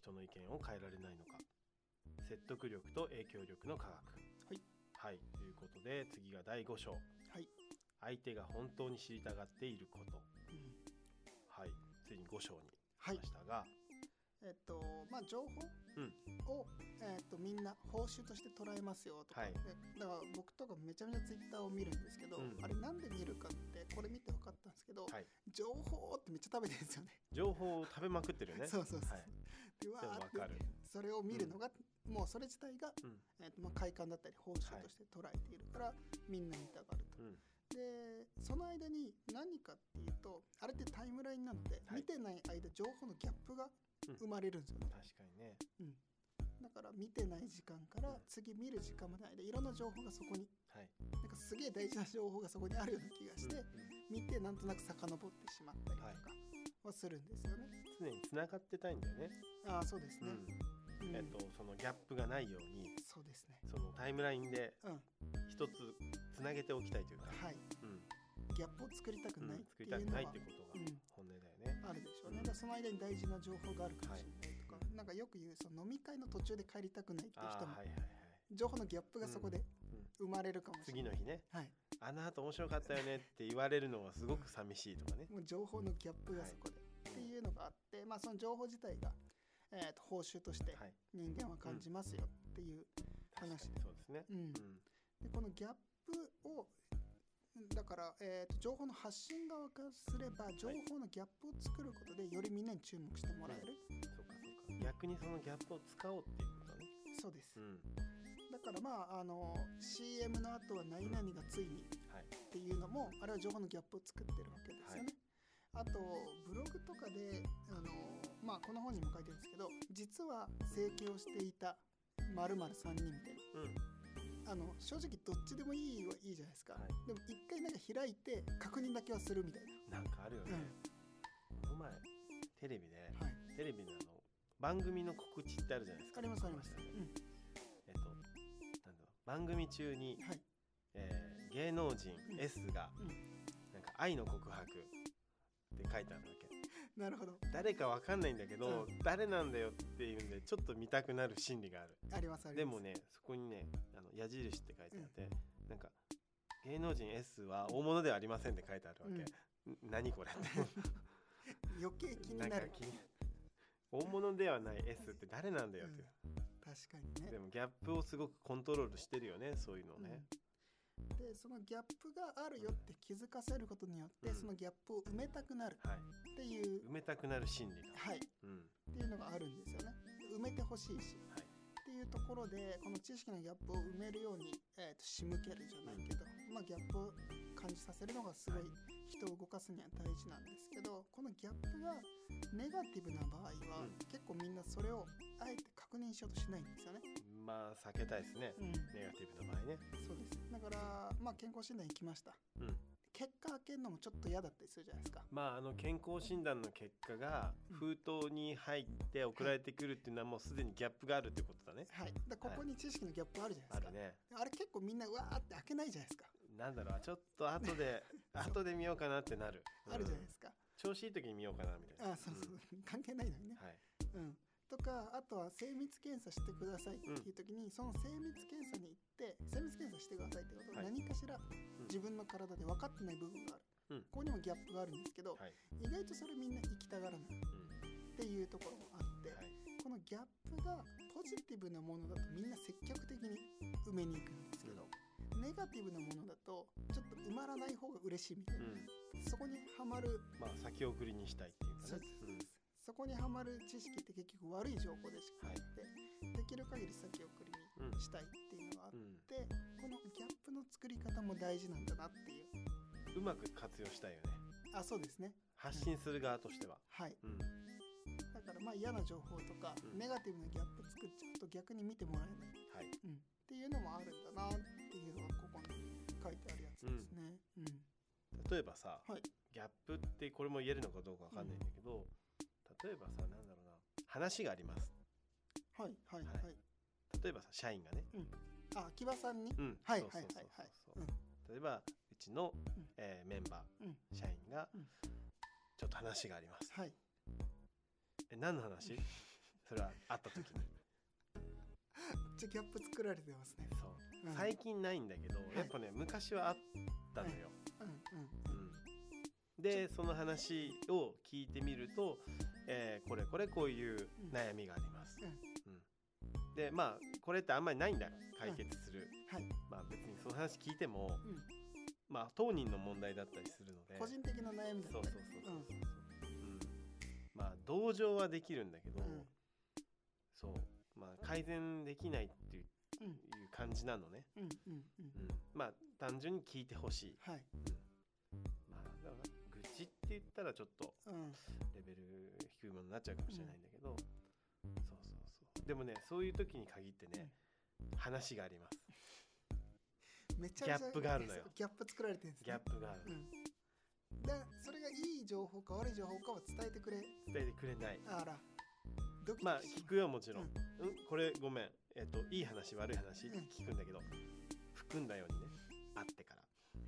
人の意見を変えられないのか、説得力と影響力の科学。 はい、 はい、ということで次が第5章、 はい、 相手が本当に知りたがっていること。 うん、 はい、ついに5章に来ましたが、 情報を、みんな報酬として捉えますよとか、 はい、 だから僕とかめちゃめちゃツイッターを見るんですけど、あれなんで見るかってこれ見て分かったんですけど、 はい、 情報ってめっちゃ食べてるんですよね。 情報を食べまくってるよね。 そうそうそう、 はい、 でわー分かる。 ってそれを見るのが、もうそれ自体が、快感だったり報酬として捉えているから、みんな見たがると、でその間に何かっていうと、あれってタイムラインなので、見てない間情報のギャップが生まれるんですよね。 確かにね、 だから見てない時間から次見る時間までの間、いろんな情報がそこに、なんかすげえ大事な情報がそこにあるような気がして、見てなんとなく遡ってしまったりとかはするんですよね。 常に繋がってたいんだよね。 そうですね、 そのギャップがないように、 そうですね、 そのタイムラインで一つつなげておきたいというか、 ギャップを作りたくないっていうのは、 作りたくないってことが本音だよね。 あるでしょうね。その間に大事な情報があるかもしれないとか、なんかよく言うその飲み会の途中で帰りたくないっていう人も、情報のギャップがそこで生まれるかもしれない。 次の日ね、あの後面白かったよねって言われるのはすごく寂しいとかね、 もう情報のギャップがそこで、っていうのがあって、その情報自体が、報酬として人間は感じますよっていう話で、 そうですね、 でこのギャップをだから、情報の発信側からすれば、情報のギャップを作ることでよりみんなに注目してもらえる、 そうかそうか、逆にそのギャップを使おうっていうことね。 そうです、だからCM の後は何々がついにっていうのも、あれは情報のギャップを作ってるわけですよね。あとブログとかでこの本にも書いてるんですけど、実は整形をしていた〇〇3人みたいな、正直どっちでもいいはいいじゃないですか、でも一回なんか開いて確認だけはするみたいな、 なんかあるよね、この前テレビで、テレビの番組の告知ってあるじゃないですか。 ありますあります、 なんだろう、番組中に、芸能人 S が、なんか愛の告白って書いてあるわけ。 なるほど。 誰かわかんないんだけど、誰なんだよっていうんでちょっと見たくなる心理がある。 ありますあります。 でもね、そこにね、矢印って書いてあって、なんか芸能人 S は大物ではありませんって書いてあるわけ、何これって余計気になる。 大物ではない S って誰なんだよって、 確かにね。 でもギャップをすごくコントロールしてるよね、そういうのね、 でそのギャップがあるよって気づかせることによって、そのギャップを埋めたくなるっていう、 埋めたくなる心理が、 っていうのがあるんですよね。埋めてほしいし、っていうところで、この知識のギャップを埋めるように、仕向けるじゃないけど、ギャップを感じさせるのがすごい人を動かすには大事なんですけど、このギャップがネガティブな場合は、結構みんなそれをあえて確認しようとしないんですよね。 避けたいですね、ネガティブな場合ね。 そうです。だから健康診断行きました、結果開けるのもちょっと嫌だったりするじゃないですか。 健康診断の結果が封筒に入って送られてくるっていうのは、もうすでにギャップがあるってことだね。 ここに知識のギャップあるじゃないですか。あれ結構みんなうわーって開けないじゃないですか。 なんだろう、ちょっと後で見ようかなってなる、 あるじゃないですか。 調子いい時に見ようかなみたいな。 そう関係ないのにね。とか、あとは精密検査してくださいっていう時に、その精密検査に行って精密検査してくださいってことは、何かしら自分の体で分かってない部分がある、ここにもギャップがあるんですけど、意外とそれみんな行きたがらない、っていうところもあって、このギャップがポジティブなものだとみんな積極的に埋めに行くんですけど、ネガティブなものだとちょっと埋まらない方が嬉しいみたいな、そこにはまる、 先送りにしたいっていうかね。 そこにはまる知識って結局悪い情報でしかなくて、できる限り先送りにしたいっていうのがあって、このギャップの作り方も大事なんだなっていう。 うまく活用したいよね。 そうですね。 発信する側としては。 だから嫌な情報とか、ネガティブなギャップ作っちゃうと逆に見てもらえない、っていうのもあるんだなっていうのがここに書いてあるやつですね。 例えばさ、ギャップってこれも言えるのかどうかわかんないんだけど、例えばさ、なんだろうな、話があります。例えばさ、社員がね、 秋葉さんに、 例えばうちの、メンバー、社員が、ちょっと話があります。何の話？ それは会った時にじゃギャップ作られてますね。 そう、最近ないんだけど、やっぱね昔はあったのよ、でその話を聞いてみると、これこういう悩みがあります、でまあこれってあんまりないんだ解決する、まあ別にその話聞いても、まあ当人の問題だったりするので個人的な悩みだったり、 まあ同情はできるんだけど、そうまあ改善できないっていう感じなのね、まあ単純に聞いてほしい、まあだから愚痴って言ったらちょっとレベル低いものになっちゃうかもしれないんだけど、そうでもねそういう時に限ってね、話があります。 めちゃめちゃギャップがあるのよ。 ギャップ作られてるんですね。 ギャップがある、 でそれがいい情報か悪い情報かは伝えてくれない。 あらまあ聞くよもちろん、これごめん、いい話悪い話って聞くんだけど、含んだようにね、会ってから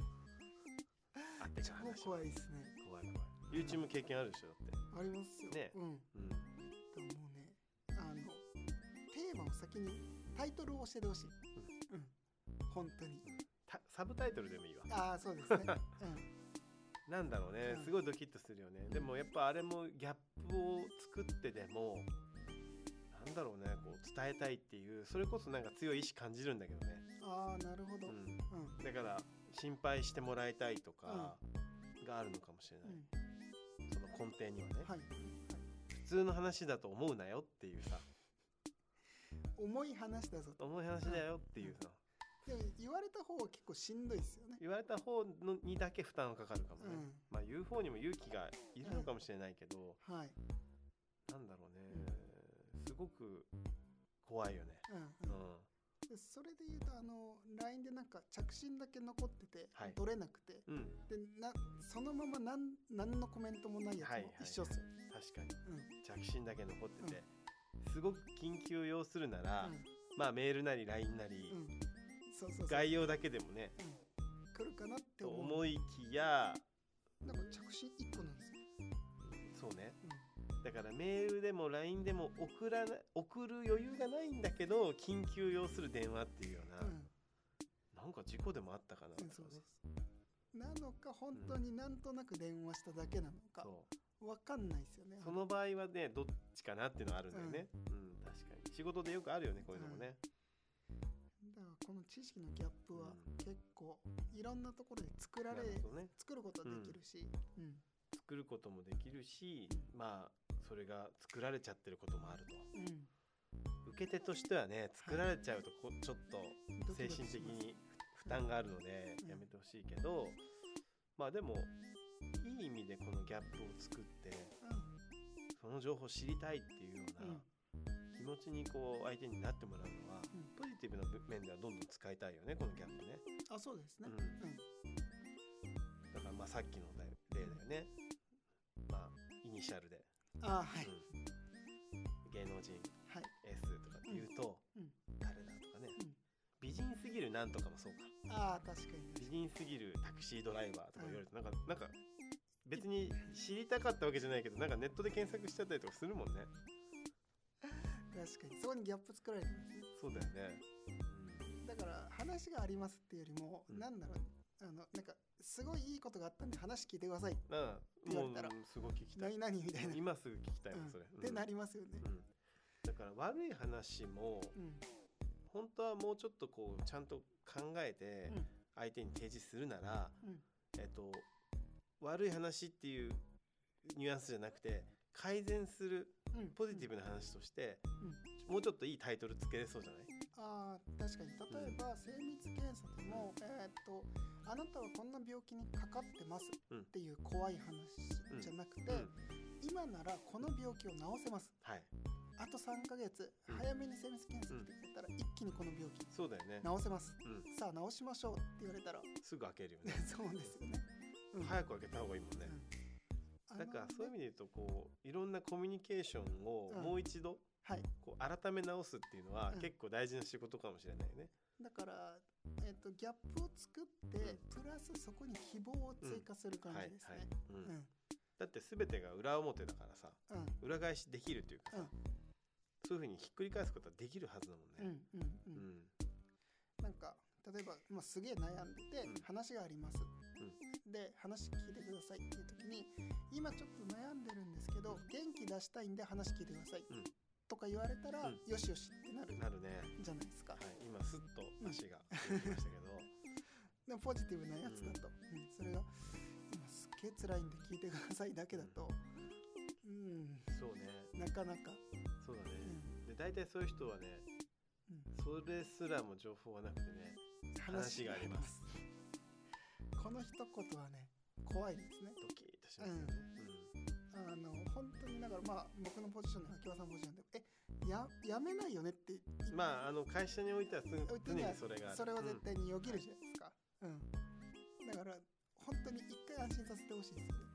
話超怖いですね。 怖い YouTube 経験あるでしょ。だってありますよね。でももうね、テーマを先にタイトルを教えてほしい。本当にサブタイトルでもいいわ。 ああそうですね。 なんだろうね、すごいドキッとするよね。でもやっぱあれもギャップを作ってでもなんだろうね、こう伝えたいっていう、それこそなんか強い意志感じるんだけどね。 ああなるほど、 だから心配してもらいたいとかがあるのかもしれない、その根底にはね、普通の話だと思うなよっていうさ、 重い話だぞと、 重い話だよっていうさ、 でも言われた方は結構しんどいですよね。 言われた方にだけ負担がかかるかもね、まあ言う方にも勇気がいるのかもしれないけど、なんだろうね、すごく怖いよね。でそれで言うとLINE でなんか着信だけ残ってて、取れなくて、でそのまま何のコメントもないやつも一緒っすよ。 確かに、着信だけ残ってて、すごく緊急要するなら、まあメールなり LINE なり、概要だけでもね、 来るかなって思いきや、 なんか着信1個なんですよ。 そうね、だからメールでも LINE でも送る余裕がないんだけど緊急要する電話っていうような、なんか事故でもあったかなとかね、 なのか本当になんとなく電話しただけなのか分かんないですよね。 その場合はねどっちかなっていうのはあるんだよね。確かに仕事でよくあるよね、こういうのもね。 だからこの知識のギャップは結構いろんなところで作ることができるし、 作ることもできるし、まあそれが作られちゃってることもあると、受け手としてはね、作られちゃうとちょっと精神的に負担があるのでやめてほしいけど、まあでもいい意味でこのギャップを作って、その情報を知りたいっていうような気持ちにこう相手になってもらうのは、ポジティブな面ではどんどん使いたいよね、このギャップね。 あ、そうですね。 だからまあさっきの例だよね。まあイニシャルで、芸能人 S とかって言うと、誰だとかね、美人すぎるなんとかもそうか。 確かに美人すぎるタクシードライバーとか言われると、なんか別に知りたかったわけじゃないけど、なんかネットで検索しちゃったりとかするもんね。 確かにそこにギャップ作られてますね。 そうだよね。 だから話がありますっていうよりも、なんだろう、なんかすごいいいことがあったんで話聞いてくださいって言われたら、 すごい聞きたい。 何みたいな。 今すぐ聞きたいのそれ。 ってなりますよね。 だから悪い話も本当はもうちょっとこうちゃんと考えて相手に提示するなら、悪い話っていうニュアンスじゃなくて、改善するポジティブな話として、もうちょっといいタイトルつけれそうじゃない？ 確かに。例えば精密検査でも、あなたはこんな病気にかかってますっていう怖い話じゃなくて、今ならこの病気を治せます、あと3ヶ月早めに精密検査してくれたら一気にこの病気そうだよね、 治せます、さあ治しましょうって言われたらすぐ開けるよね。 そうですよね、 早く開けた方がいいもんね。だからそういう意味で言うと、こういろんなコミュニケーションをもう一度こう改め直すっていうのは結構大事な仕事かもしれないね。 だから、ギャップを作ってプラスそこに希望を追加する感じですね。だって全てが裏表だからさ、裏返しできるというかさ、 そういうふうにひっくり返すことはできるはずだもんね。 なんか例えば、すげえ悩んでて話があります、で話聞いてくださいっていう時に、今ちょっと悩んでるんですけど元気出したいんで話聞いてください、とか言われたら、よしよしってなるねじゃないですか。 はい、今スッと足が出てきましたけど、 でもポジティブなやつだと、それが今すっげえ辛いんで聞いてくださいだけだと、 そうね、 なかなかそうだね、で大体そういう人はね、それすらも情報はなくてね、話があります。 この一言はね怖いですね。 ドキッとしますよね。 本当にだから僕のポジションで秋葉さんのポジションでやめないよねって、 会社においては常にそれがある。 それは絶対によぎるじゃないですか。だから本当に一回安心させてほしいですよね。